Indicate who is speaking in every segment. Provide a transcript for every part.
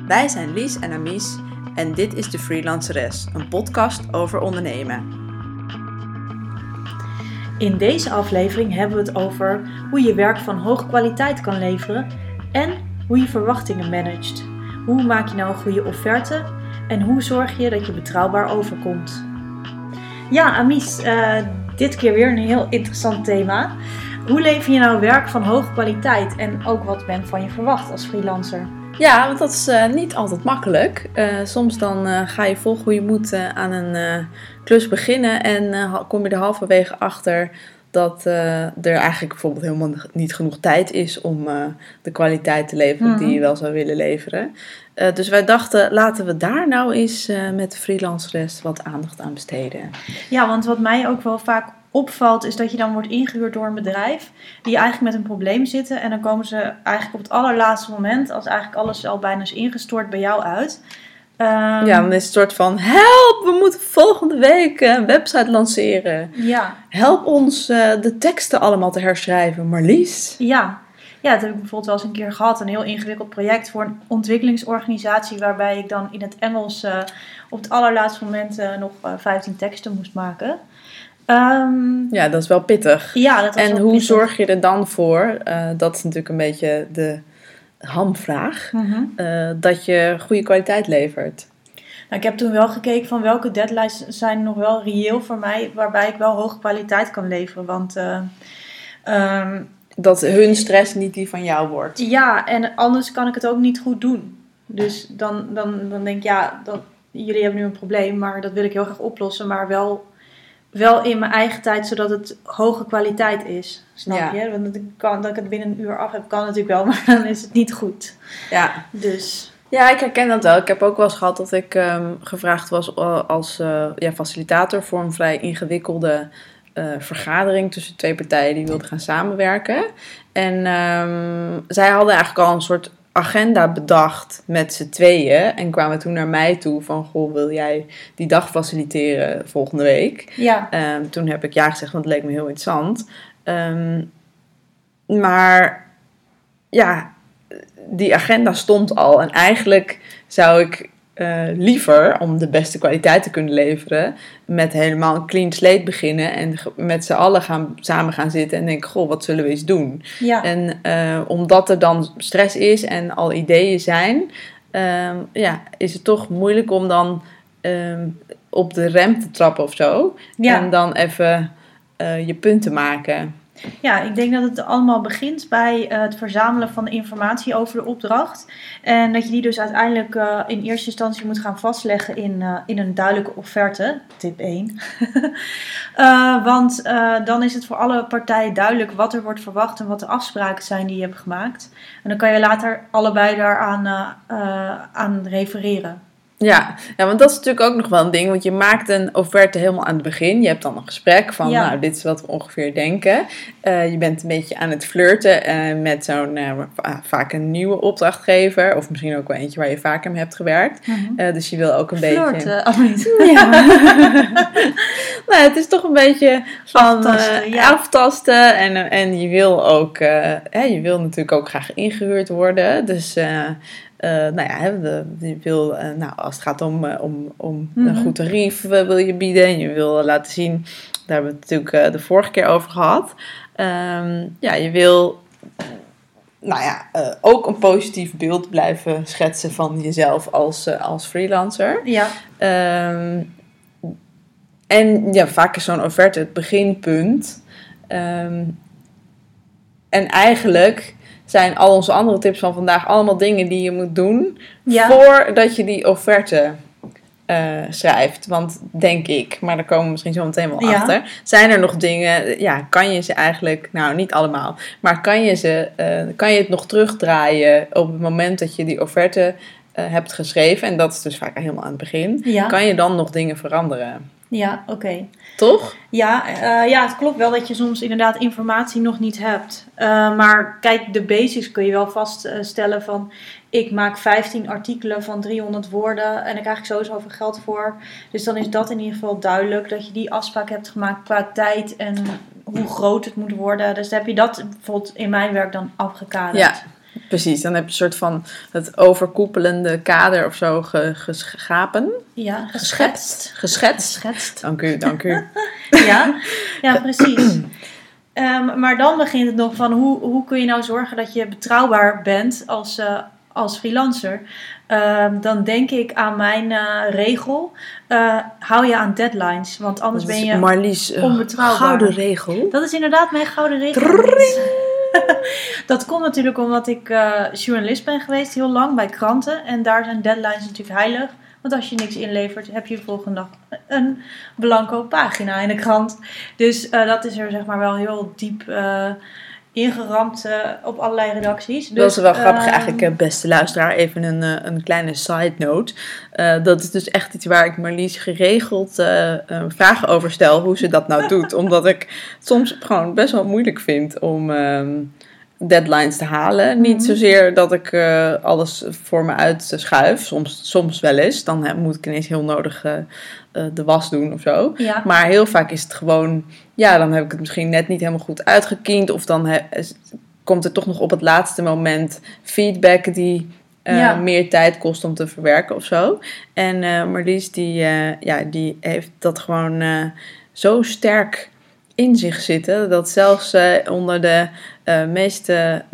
Speaker 1: Wij zijn Lies en Amies en dit is de Freelanceres, een podcast over ondernemen.
Speaker 2: In deze aflevering hebben we het over hoe je werk van hoge kwaliteit kan leveren en hoe je verwachtingen managt. Hoe maak je nou een goede offerte en hoe zorg je dat je betrouwbaar overkomt? Ja, Amies, dit keer weer een heel interessant thema. Hoe lever je nou werk van hoge kwaliteit en ook wat men van je verwacht als freelancer?
Speaker 1: Ja, want dat is niet altijd makkelijk. Soms dan ga je vol goede moed aan een klus beginnen en kom je er halverwege achter dat er eigenlijk bijvoorbeeld helemaal niet genoeg tijd is om de kwaliteit te leveren die je wel zou willen leveren. Dus wij dachten, laten we daar nou eens met de Freelanceres wat aandacht aan besteden.
Speaker 2: Ja, want wat mij ook wel vaak opvalt is dat je dan wordt ingehuurd door een bedrijf die eigenlijk met een probleem zitten en dan komen ze eigenlijk op het allerlaatste moment, als eigenlijk alles al bijna is ingestort, bij jou uit.
Speaker 1: Ja, dan is het soort van, help, we moeten volgende week een website lanceren.
Speaker 2: Ja.
Speaker 1: Help ons de teksten allemaal te herschrijven, Marlies.
Speaker 2: Ja, dat heb ik bijvoorbeeld wel eens een keer gehad. Een heel ingewikkeld project voor een ontwikkelingsorganisatie waarbij ik dan in het Engels op het allerlaatste moment nog 15 teksten moest maken.
Speaker 1: Ja, dat is wel pittig.
Speaker 2: Ja, dat was
Speaker 1: en
Speaker 2: wel
Speaker 1: hoe
Speaker 2: pittig.
Speaker 1: zorg je er dan voor, dat is natuurlijk een beetje de hamvraag, dat je goede kwaliteit levert?
Speaker 2: Nou, ik heb toen wel gekeken van welke deadlines zijn nog wel reëel voor mij, waarbij ik wel hoge kwaliteit kan leveren. Want
Speaker 1: dat hun stress niet die van jou wordt.
Speaker 2: ja, en anders kan ik het ook niet goed doen. Dus dan denk ik, jullie hebben nu een probleem, maar dat wil ik heel graag oplossen, maar wel in mijn eigen tijd, zodat het hoge kwaliteit is. Snap je? Want dat ik het binnen een uur af heb, kan natuurlijk wel, maar dan is het niet goed.
Speaker 1: Ja.
Speaker 2: Dus
Speaker 1: Ja, ik herken dat wel. Ik heb ook wel eens gehad dat ik gevraagd was als facilitator voor een vrij ingewikkelde vergadering tussen twee partijen die wilden gaan samenwerken. En zij hadden eigenlijk al een soort agenda bedacht met z'n tweeën en kwamen toen naar mij toe van, goh, wil jij die dag faciliteren volgende week?
Speaker 2: ja.
Speaker 1: Toen heb ik ja gezegd, want het leek me heel interessant. Maar ja, die agenda stond al en eigenlijk zou ik liever, om de beste kwaliteit te kunnen leveren, met helemaal een clean slate beginnen en met z'n allen samen gaan zitten en denken, goh, wat zullen we eens doen?
Speaker 2: Ja.
Speaker 1: En omdat er dan stress is en al ideeën zijn, is het toch moeilijk om dan op de rem te trappen of zo.
Speaker 2: Ja.
Speaker 1: En dan even je punt te maken.
Speaker 2: Ja, ik denk dat het allemaal begint bij het verzamelen van de informatie over de opdracht. En dat je die dus uiteindelijk in eerste instantie moet gaan vastleggen in een duidelijke offerte. Tip 1. Want dan is het voor alle partijen duidelijk wat er wordt verwacht en wat de afspraken zijn die je hebt gemaakt. En dan kan je later allebei daaraan aan refereren.
Speaker 1: Ja, want dat is natuurlijk ook nog wel een ding. Want je maakt een offerte helemaal aan het begin. Je hebt dan een gesprek van, nou, dit is wat we ongeveer denken. Je bent een beetje aan het flirten met zo'n vaak een nieuwe opdrachtgever. Of misschien ook wel eentje waar je vaker mee hebt gewerkt. Dus je wil ook een beetje...
Speaker 2: Flirten,
Speaker 1: Ja. Nou, het is toch een beetje van aftasten. En je wil ook... je wil natuurlijk ook graag ingehuurd worden. Dus... je wil, als het gaat om een goed tarief wil je bieden en je wil laten zien, daar hebben we het natuurlijk de vorige keer over gehad. Je wil ook een positief beeld blijven schetsen van jezelf als freelancer.
Speaker 2: Ja.
Speaker 1: Vaak is zo'n offerte het beginpunt. En eigenlijk zijn al onze andere tips van vandaag allemaal dingen die je moet doen voordat je die offerte schrijft. Want denk ik, maar daar komen we misschien zo meteen wel achter. Zijn er nog dingen, kan je ze eigenlijk, nou niet allemaal, maar kan je het nog terugdraaien op het moment dat je die offerte hebt geschreven, en dat is dus vaak helemaal aan het begin, kan je dan nog dingen veranderen.
Speaker 2: Ja, oké.
Speaker 1: Toch?
Speaker 2: Ja, het klopt wel dat je soms inderdaad informatie nog niet hebt. Maar kijk, de basics kun je wel vaststellen van... Ik maak 15 artikelen van 300 woorden en daar krijg ik sowieso veel geld voor. Dus dan is dat in ieder geval duidelijk dat je die afspraak hebt gemaakt qua tijd en hoe groot het moet worden. Dus dan heb je dat bijvoorbeeld in mijn werk dan afgekaderd.
Speaker 1: Ja, Precies, dan heb je een soort van het overkoepelende kader of zo geschapen.
Speaker 2: Ja,
Speaker 1: geschetst. Dank u.
Speaker 2: ja, precies. Maar dan begint het nog van hoe kun je nou zorgen dat je betrouwbaar bent als freelancer. Dan denk ik aan mijn regel. Hou je aan deadlines, want anders ben je
Speaker 1: Marlies,
Speaker 2: onbetrouwbaar.
Speaker 1: Gouden regel.
Speaker 2: Dat is inderdaad mijn gouden regel. Dat komt natuurlijk omdat ik journalist ben geweest heel lang bij kranten. En daar zijn deadlines natuurlijk heilig. Want als je niks inlevert, heb je de volgende dag een blanco pagina in de krant. Dus dat is er zeg maar wel heel diep ingeramd op allerlei redacties. Dus,
Speaker 1: dat is wel grappig eigenlijk, beste luisteraar. Even een kleine side note. Dat is dus echt iets waar ik Marlies geregeld vragen over stel. Hoe ze dat nou doet. Omdat ik soms gewoon best wel moeilijk vind om deadlines te halen. Niet zozeer dat ik alles voor me uitschuif. Soms wel eens. Dan moet ik ineens heel nodig de was doen of zo.
Speaker 2: Ja.
Speaker 1: Maar heel vaak is het gewoon... Ja, dan heb ik het misschien net niet helemaal goed uitgekiend. Of dan komt er toch nog op het laatste moment feedback die meer tijd kost om te verwerken of zo. En Marlies die heeft dat gewoon zo sterk in zich zitten. Dat zelfs onder de meest,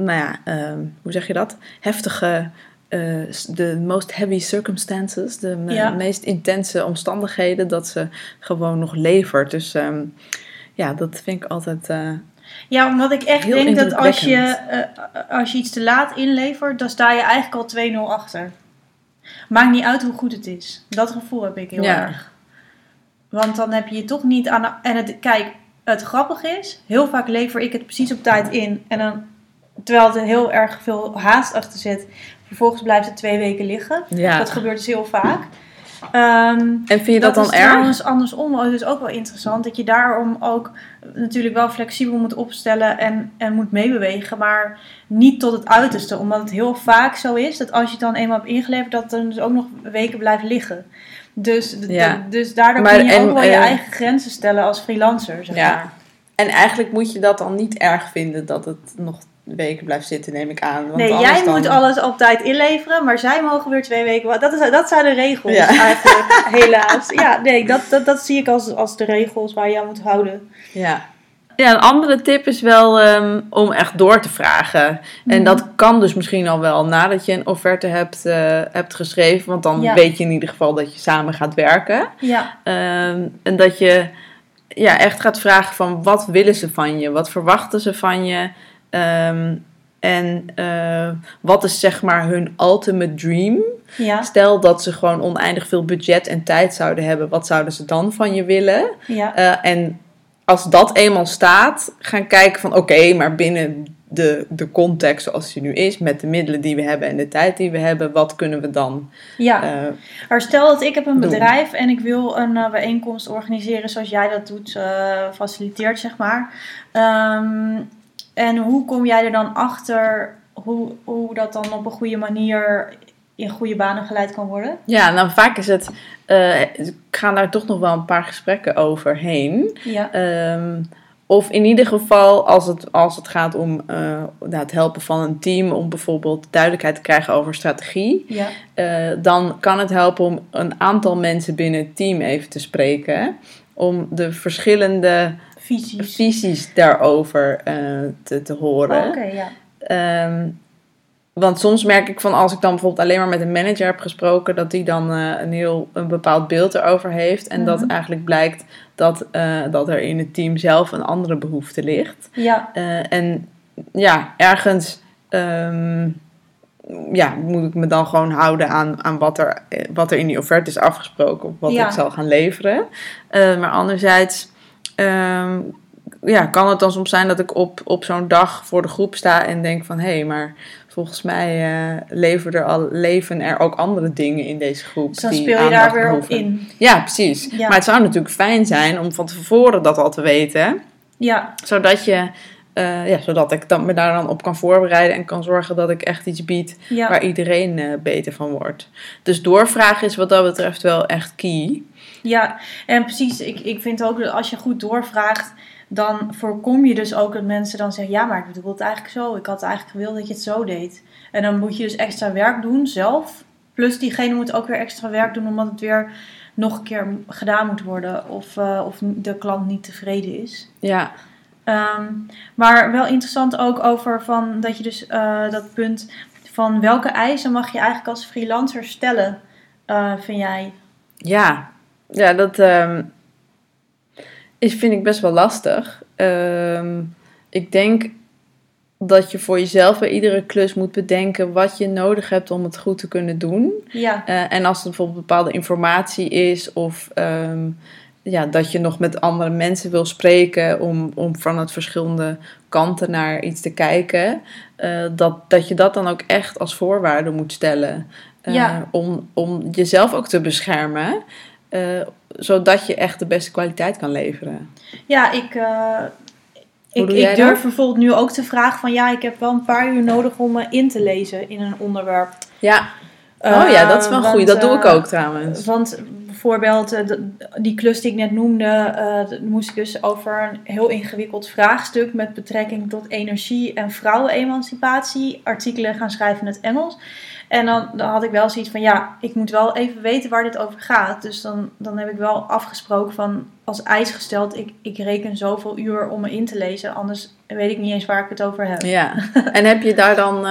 Speaker 1: hoe zeg je dat? Heftige... de most heavy circumstances, de meest intense omstandigheden, dat ze gewoon nog levert. Dus dat vind ik altijd
Speaker 2: ja, omdat ik echt denk dat als je iets te laat inlevert, dan sta je eigenlijk al 2-0 achter. Maakt niet uit hoe goed het is. Dat gevoel heb ik heel erg. Want dan heb je je toch niet aan... Kijk, het grappige is, heel vaak lever ik het precies op tijd in. En dan, terwijl er heel erg veel haast achter zit, vervolgens blijft het 2 weken liggen. Ja. Dat gebeurt dus heel vaak.
Speaker 1: En vind je dat dan erg?
Speaker 2: Dat is trouwens andersom dus ook wel interessant. Dat je daarom ook natuurlijk wel flexibel moet opstellen en moet meebewegen. Maar niet tot het uiterste. Omdat het heel vaak zo is dat als je het dan eenmaal hebt ingeleverd, dat het dan dus ook nog weken blijft liggen. Dus daardoor kun je ook wel je eigen grenzen stellen als freelancer. Zeg maar.
Speaker 1: En eigenlijk moet je dat dan niet erg vinden dat het nog weken blijft zitten, neem ik aan. Want
Speaker 2: nee, jij moet alles op tijd inleveren, maar zij mogen weer 2 weken... Dat zijn de regels eigenlijk, helaas. Ja, nee, dat zie ik als de regels waar je aan moet houden.
Speaker 1: Ja, een andere tip is wel om echt door te vragen. En dat kan dus misschien al wel nadat je een offerte hebt geschreven. Want dan weet je in ieder geval dat je samen gaat werken.
Speaker 2: Ja.
Speaker 1: En dat je echt gaat vragen van wat willen ze van je? Wat verwachten ze van je? En wat is zeg maar hun ultimate dream? Ja. Stel dat ze gewoon oneindig veel budget en tijd zouden hebben. Wat zouden ze dan van je willen?
Speaker 2: Ja.
Speaker 1: En als dat eenmaal staat, gaan kijken van oké, maar binnen de context zoals die nu is, met de middelen die we hebben en de tijd die we hebben, wat kunnen we dan
Speaker 2: maar stel dat ik heb een bedrijf en ik wil een bijeenkomst organiseren zoals jij dat doet, faciliteert zeg maar. En hoe kom jij er dan achter hoe dat dan op een goede manier in goede banen geleid kan worden? Ja,
Speaker 1: nou vaak is het... ik ga daar toch nog wel een paar gesprekken overheen.
Speaker 2: Ja.
Speaker 1: Of in ieder geval als het gaat om het helpen van een team... om bijvoorbeeld duidelijkheid te krijgen over strategie...
Speaker 2: Ja.
Speaker 1: Dan kan het helpen om een aantal mensen binnen het team even te spreken... om de verschillende visies daarover te horen.
Speaker 2: Oké, ja.
Speaker 1: Want soms merk ik van als ik dan bijvoorbeeld alleen maar met een manager heb gesproken... dat die dan een bepaald beeld erover heeft. En dat eigenlijk blijkt dat er in het team zelf een andere behoefte ligt.
Speaker 2: Ja.
Speaker 1: En ergens moet ik me dan gewoon houden aan wat er in die offerte is afgesproken. Of wat ik zal gaan leveren. Maar anderzijds... kan het dan soms zijn dat ik op zo'n dag voor de groep sta en denk van... hé, maar volgens mij leven er ook andere dingen in deze groep.
Speaker 2: Dus dan speel je daar weer op in.
Speaker 1: Ja, precies. Ja. Maar het zou natuurlijk fijn zijn om van tevoren dat al te weten.
Speaker 2: Ja.
Speaker 1: Zodat ik me daar dan op kan voorbereiden en kan zorgen dat ik echt iets bied waar iedereen beter van wordt. Dus doorvragen is wat dat betreft wel echt key.
Speaker 2: Ja, en precies. Ik vind ook dat als je goed doorvraagt, dan voorkom je dus ook dat mensen dan zeggen, ja, maar ik bedoel het eigenlijk zo. Ik had eigenlijk gewild dat je het zo deed. En dan moet je dus extra werk doen zelf. Plus diegene moet ook weer extra werk doen omdat het weer nog een keer gedaan moet worden. Of de klant niet tevreden is.
Speaker 1: Ja.
Speaker 2: Maar wel interessant ook over van dat je dus dat punt van welke eisen mag je eigenlijk als freelancer stellen, vind jij?
Speaker 1: Ja, dat vind ik best wel lastig. Ik denk dat je voor jezelf bij iedere klus moet bedenken wat je nodig hebt om het goed te kunnen doen.
Speaker 2: Ja.
Speaker 1: En als er bijvoorbeeld bepaalde informatie is of dat je nog met andere mensen wil spreken om vanuit verschillende kanten naar iets te kijken, dat je dat dan ook echt als voorwaarde moet stellen. Om jezelf ook te beschermen, zodat je echt de beste kwaliteit kan leveren.
Speaker 2: Ja, ik durf bijvoorbeeld nu ook te vragen van ik heb wel een paar uur nodig om me in te lezen in een onderwerp.
Speaker 1: Ja. Dat is wel goed. Dat doe ik ook trouwens.
Speaker 2: Want bijvoorbeeld die klus die ik net noemde, moest ik dus over een heel ingewikkeld vraagstuk met betrekking tot energie en vrouwenemancipatie artikelen gaan schrijven in het Engels. En dan had ik wel zoiets van, ik moet wel even weten waar dit over gaat. Dus dan heb ik wel afgesproken van, als eis gesteld, ik reken zoveel uur om me in te lezen. Anders weet ik niet eens waar ik het over heb.
Speaker 1: Ja, en heb je daar dan,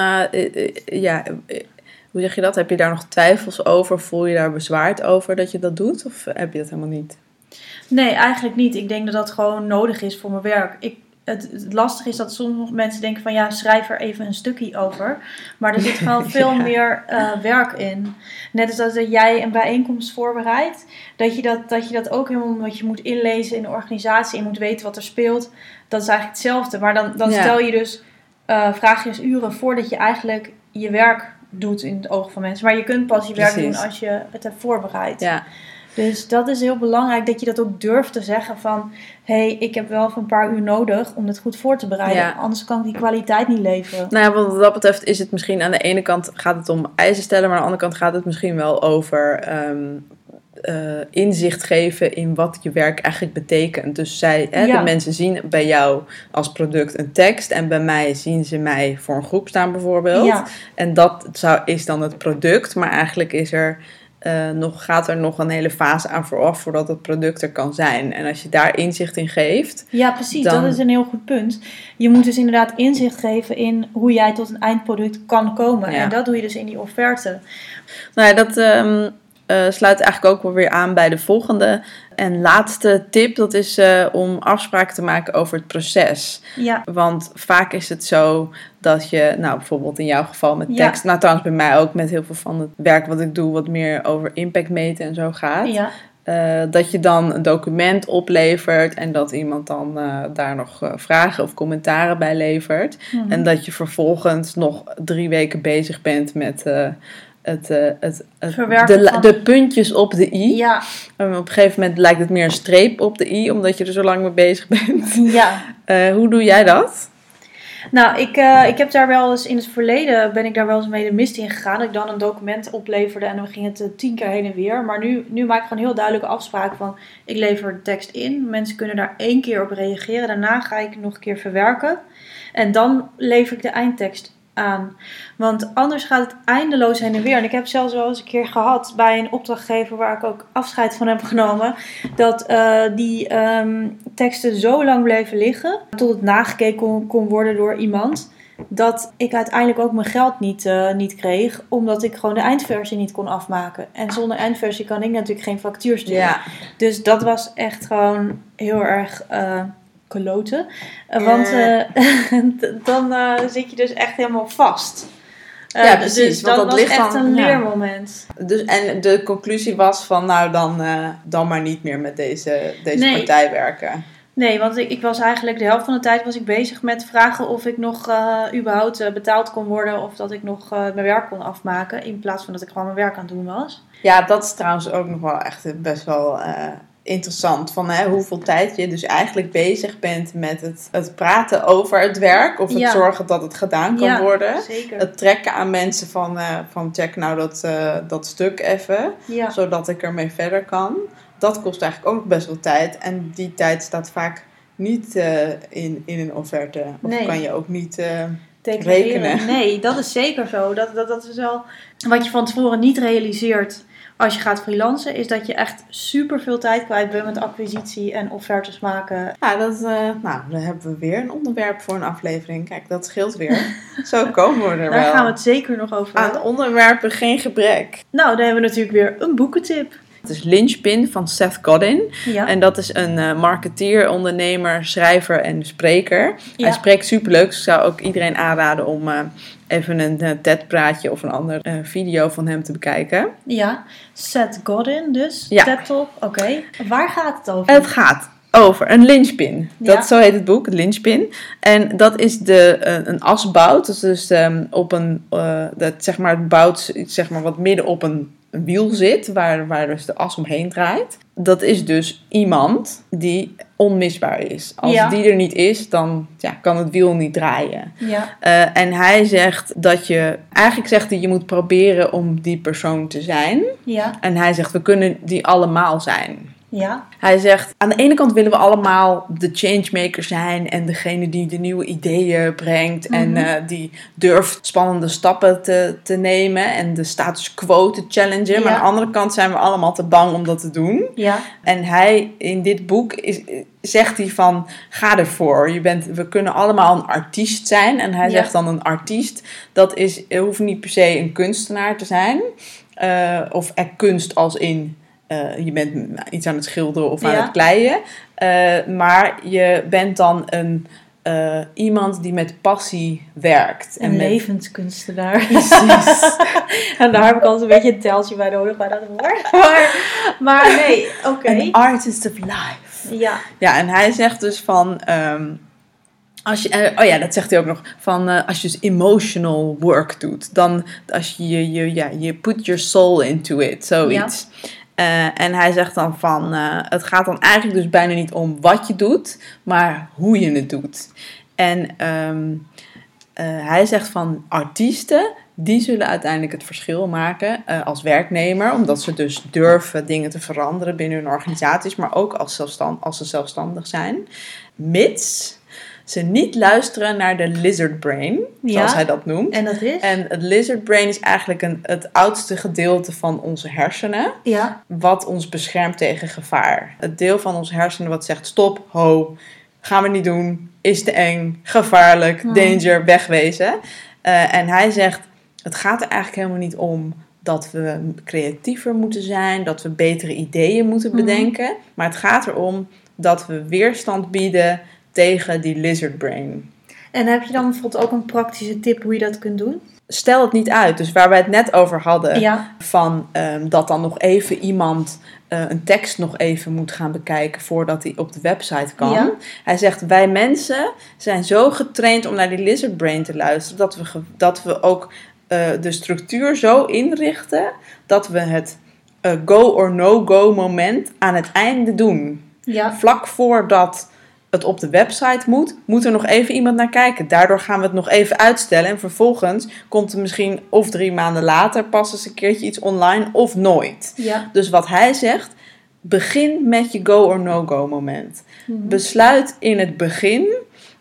Speaker 1: hoe zeg je dat? Heb je daar nog twijfels over? Voel je daar bezwaard over dat je dat doet? Of heb je dat helemaal niet?
Speaker 2: Nee, eigenlijk niet. Ik denk dat dat gewoon nodig is voor mijn werk. Het lastige is dat soms mensen denken van schrijf er even een stukje over. Maar er zit gewoon veel meer werk in. Net als dat jij een bijeenkomst voorbereidt. Dat je dat ook helemaal, omdat je moet inlezen in de organisatie en moet weten wat er speelt. Dat is eigenlijk hetzelfde. Maar dan stel je dus, vraag je dus uren voordat je eigenlijk je werk doet in het oog van mensen. Maar je kunt pas je werk doen als je het hebt voorbereid. Ja. Dus dat is heel belangrijk dat je dat ook durft te zeggen van, ik heb wel even een paar uur nodig om dit goed voor te bereiden. Ja. Anders kan ik die kwaliteit niet leveren.
Speaker 1: Nou ja, wat dat betreft is het misschien aan de ene kant gaat het om eisen stellen, maar aan de andere kant gaat het misschien wel over inzicht geven in wat je werk eigenlijk betekent. Dus de mensen zien bij jou als product een tekst en bij mij zien ze mij voor een groep staan bijvoorbeeld. Ja. En dat is dan het product, maar eigenlijk is er gaat er nog een hele fase aan vooraf voordat het product er kan zijn. En als je daar inzicht in geeft...
Speaker 2: Ja, precies. Dat is een heel goed punt. Je moet dus inderdaad inzicht geven in hoe jij tot een eindproduct kan komen. Ja. En dat doe je dus in die offerte.
Speaker 1: Nou ja, dat sluit eigenlijk ook wel weer aan bij de volgende en laatste tip. Dat is om afspraken te maken over het proces. Ja. Want vaak is het zo dat je, bijvoorbeeld in jouw geval met tekst, trouwens bij mij ook met heel veel van het werk wat ik doe, wat meer over impact meten en zo gaat. Ja. Dat je dan een document oplevert en dat iemand dan daar nog vragen of commentaren bij levert. Mm-hmm. En dat je vervolgens nog 3 weken bezig bent met de puntjes op de i. Ja. Op een gegeven moment lijkt het meer een streep op de i, omdat je er zo lang mee bezig bent. Ja. Hoe doe jij dat?
Speaker 2: Nou, ik heb daar wel eens in het verleden, ben ik daar wel eens mee de mist in gegaan. Dat ik dan een document opleverde en dan ging het 10 keer heen en weer. Maar nu maak ik gewoon heel duidelijke afspraken van, ik lever de tekst in. Mensen kunnen daar 1 keer op reageren. Daarna ga ik nog een keer verwerken. En dan lever ik de eindtekst aan. Want anders gaat het eindeloos heen en weer. En ik heb zelfs wel eens een keer gehad bij een opdrachtgever waar ik ook afscheid van heb genomen, dat die teksten zo lang bleven liggen tot het nagekeken kon worden door iemand, dat ik uiteindelijk ook mijn geld niet kreeg, omdat ik gewoon de eindversie niet kon afmaken. En zonder eindversie kan ik natuurlijk geen factuur sturen. Ja. Dus dat was echt gewoon heel erg kloten. Want dan zit je dus echt helemaal vast.
Speaker 1: Ja, precies. Dus
Speaker 2: want dat was echt een leermoment.
Speaker 1: Dus, en de conclusie was van, dan maar niet meer met deze partij werken.
Speaker 2: Nee, want ik was eigenlijk de helft van de tijd was ik bezig met vragen of ik nog überhaupt betaald kon worden of dat ik nog mijn werk kon afmaken, in plaats van dat ik gewoon mijn werk aan het doen was.
Speaker 1: Ja, dat is trouwens ook nog wel echt best wel interessant. Van hoeveel tijd je dus eigenlijk bezig bent met het praten over het werk. Of het zorgen dat het gedaan kan worden.
Speaker 2: Zeker.
Speaker 1: Het trekken aan mensen van check dat stuk even. Ja. Zodat ik ermee verder kan. Dat kost eigenlijk ook nog best wel tijd. En die tijd staat vaak niet in een offerte. Of kan je ook niet
Speaker 2: rekenen. Nee, dat is zeker zo. Dat is wel wat je van tevoren niet realiseert als je gaat freelancen, is dat je echt super veel tijd kwijt bent met acquisitie en offertes maken.
Speaker 1: Ja, dan hebben we weer een onderwerp voor een aflevering. Kijk, dat scheelt weer. Zo komen we er wel.
Speaker 2: Daar gaan we het zeker nog over hebben.
Speaker 1: Aan onderwerpen geen gebrek.
Speaker 2: Nou, dan hebben we natuurlijk weer een boekentip.
Speaker 1: Het is Linchpin van Seth Godin. Ja. En dat is een marketeer, ondernemer, schrijver en spreker. Ja. Hij spreekt superleuk. Dus ik zou ook iedereen aanraden om even een TED-praatje of een ander video van hem te bekijken.
Speaker 2: Ja, Seth Godin dus.
Speaker 1: Ja.
Speaker 2: TED-talk, oké. Waar gaat het over?
Speaker 1: Het gaat over een linchpin. Zo heet het boek, linchpin. En dat is een asbout. Dus op een, het bout wat midden op een wiel zit, waar dus de as omheen draait. Dat is dus iemand die onmisbaar is. Als die er niet is, dan kan het wiel niet draaien.
Speaker 2: Ja.
Speaker 1: En hij zegt dat je moet proberen om die persoon te zijn.
Speaker 2: Ja.
Speaker 1: En hij zegt, we kunnen die allemaal zijn.
Speaker 2: Ja.
Speaker 1: Hij zegt, aan de ene kant willen we allemaal de changemaker zijn en degene die de nieuwe ideeën brengt en die durft spannende stappen te nemen en de status quo te challengen. Ja. Maar aan de andere kant zijn we allemaal te bang om dat te doen.
Speaker 2: Ja.
Speaker 1: En hij, in dit boek, zegt hij van, ga ervoor. We kunnen allemaal een artiest zijn. En hij zegt dan, een artiest, hoeft niet per se een kunstenaar te zijn. Of kunst als in, je bent iets aan het schilderen of aan het kleien. Maar je bent dan iemand die met passie werkt.
Speaker 2: Een levenskunstenaar. Precies. En daar heb ik altijd een beetje een teltje bij nodig bij dat woord. Maar nee, oké.
Speaker 1: An artist of life.
Speaker 2: Ja.
Speaker 1: Ja, en hij zegt dus van, dat zegt hij ook nog, van als je dus emotional work doet, dan als je put your soul into it, zoiets. Ja. En hij zegt dan van, het gaat dan eigenlijk dus bijna niet om wat je doet, maar hoe je het doet. En hij zegt van, artiesten, die zullen uiteindelijk het verschil maken als werknemer, omdat ze dus durven dingen te veranderen binnen hun organisaties, maar ook als ze zelfstandig zijn, mits ze niet luisteren naar de lizard brain, zoals hij dat noemt.
Speaker 2: En dat is?
Speaker 1: En het lizard brain is eigenlijk het oudste gedeelte van onze hersenen, wat ons beschermt tegen gevaar. Het deel van onze hersenen wat zegt, stop, ho, gaan we niet doen, is te eng, gevaarlijk, danger, wegwezen. En hij zegt, het gaat er eigenlijk helemaal niet om dat we creatiever moeten zijn, dat we betere ideeën moeten bedenken, maar het gaat erom dat we weerstand bieden tegen die lizard brain.
Speaker 2: En heb je dan bijvoorbeeld ook een praktische tip hoe je dat kunt doen?
Speaker 1: Stel het niet uit. Dus waar wij het net over hadden, van dat dan nog even iemand een tekst nog even moet gaan bekijken voordat hij op de website kan. Ja. Hij zegt, wij mensen zijn zo getraind om naar die lizard brain te luisteren, dat we ook de structuur zo inrichten dat we het go or no go moment aan het einde doen.
Speaker 2: Ja.
Speaker 1: Vlak voordat het op de website moet er nog even iemand naar kijken. Daardoor gaan we het nog even uitstellen. En vervolgens komt er misschien of 3 maanden later pas eens een keertje iets online of nooit.
Speaker 2: Ja.
Speaker 1: Dus wat hij zegt, begin met je go or no go moment. Besluit in het begin,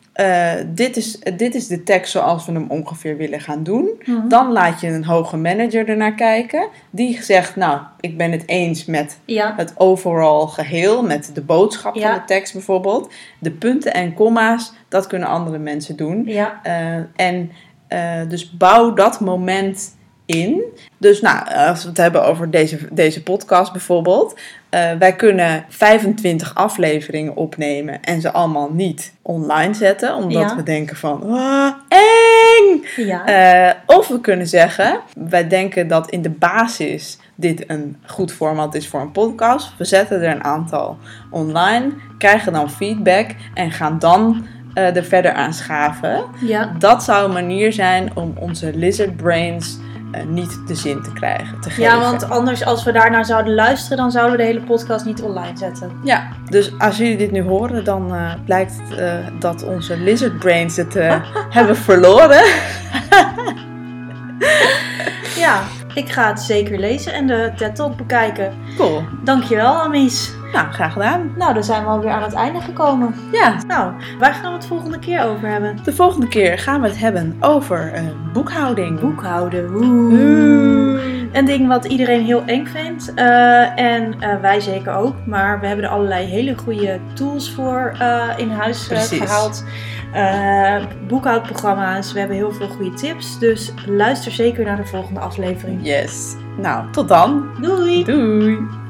Speaker 1: dit is de tekst zoals we hem ongeveer willen gaan doen. Dan laat je een hoge manager ernaar kijken. Die zegt, nou, ik ben het eens met het overall geheel, met de boodschap van de tekst bijvoorbeeld. De punten en komma's, dat kunnen andere mensen doen.
Speaker 2: Ja.
Speaker 1: Dus bouw dat moment in. Dus als we het hebben over deze podcast bijvoorbeeld. Wij kunnen 25 afleveringen opnemen en ze allemaal niet online zetten. Omdat we denken van, eng!
Speaker 2: Ja.
Speaker 1: Of we kunnen zeggen, wij denken dat in de basis dit een goed format is voor een podcast. We zetten er een aantal online, krijgen dan feedback en gaan dan er verder aan schaven.
Speaker 2: Ja. Dat
Speaker 1: zou een manier zijn om onze lizard brains niet de zin te geven.
Speaker 2: Ja, want anders als we daarnaar zouden luisteren, dan zouden we de hele podcast niet online zetten.
Speaker 1: Ja, dus als jullie dit nu horen, dan blijkt dat onze lizard brains het hebben verloren.
Speaker 2: Ja, Ik ga het zeker lezen en de TED Talk bekijken.
Speaker 1: Cool.
Speaker 2: Dankjewel, Amies.
Speaker 1: Nou, graag gedaan.
Speaker 2: Nou, dan zijn we alweer aan het einde gekomen.
Speaker 1: Ja.
Speaker 2: Nou, waar gaan we het volgende keer over hebben?
Speaker 1: De volgende keer gaan we het hebben over boekhouding.
Speaker 2: Boekhouden. Een ding wat iedereen heel eng vindt. En wij zeker ook. Maar we hebben er allerlei hele goede tools voor in huis gehaald. Boekhoudprogramma's. We hebben heel veel goede tips. Dus luister zeker naar de volgende aflevering.
Speaker 1: Yes. Nou, tot dan.
Speaker 2: Doei.
Speaker 1: Doei.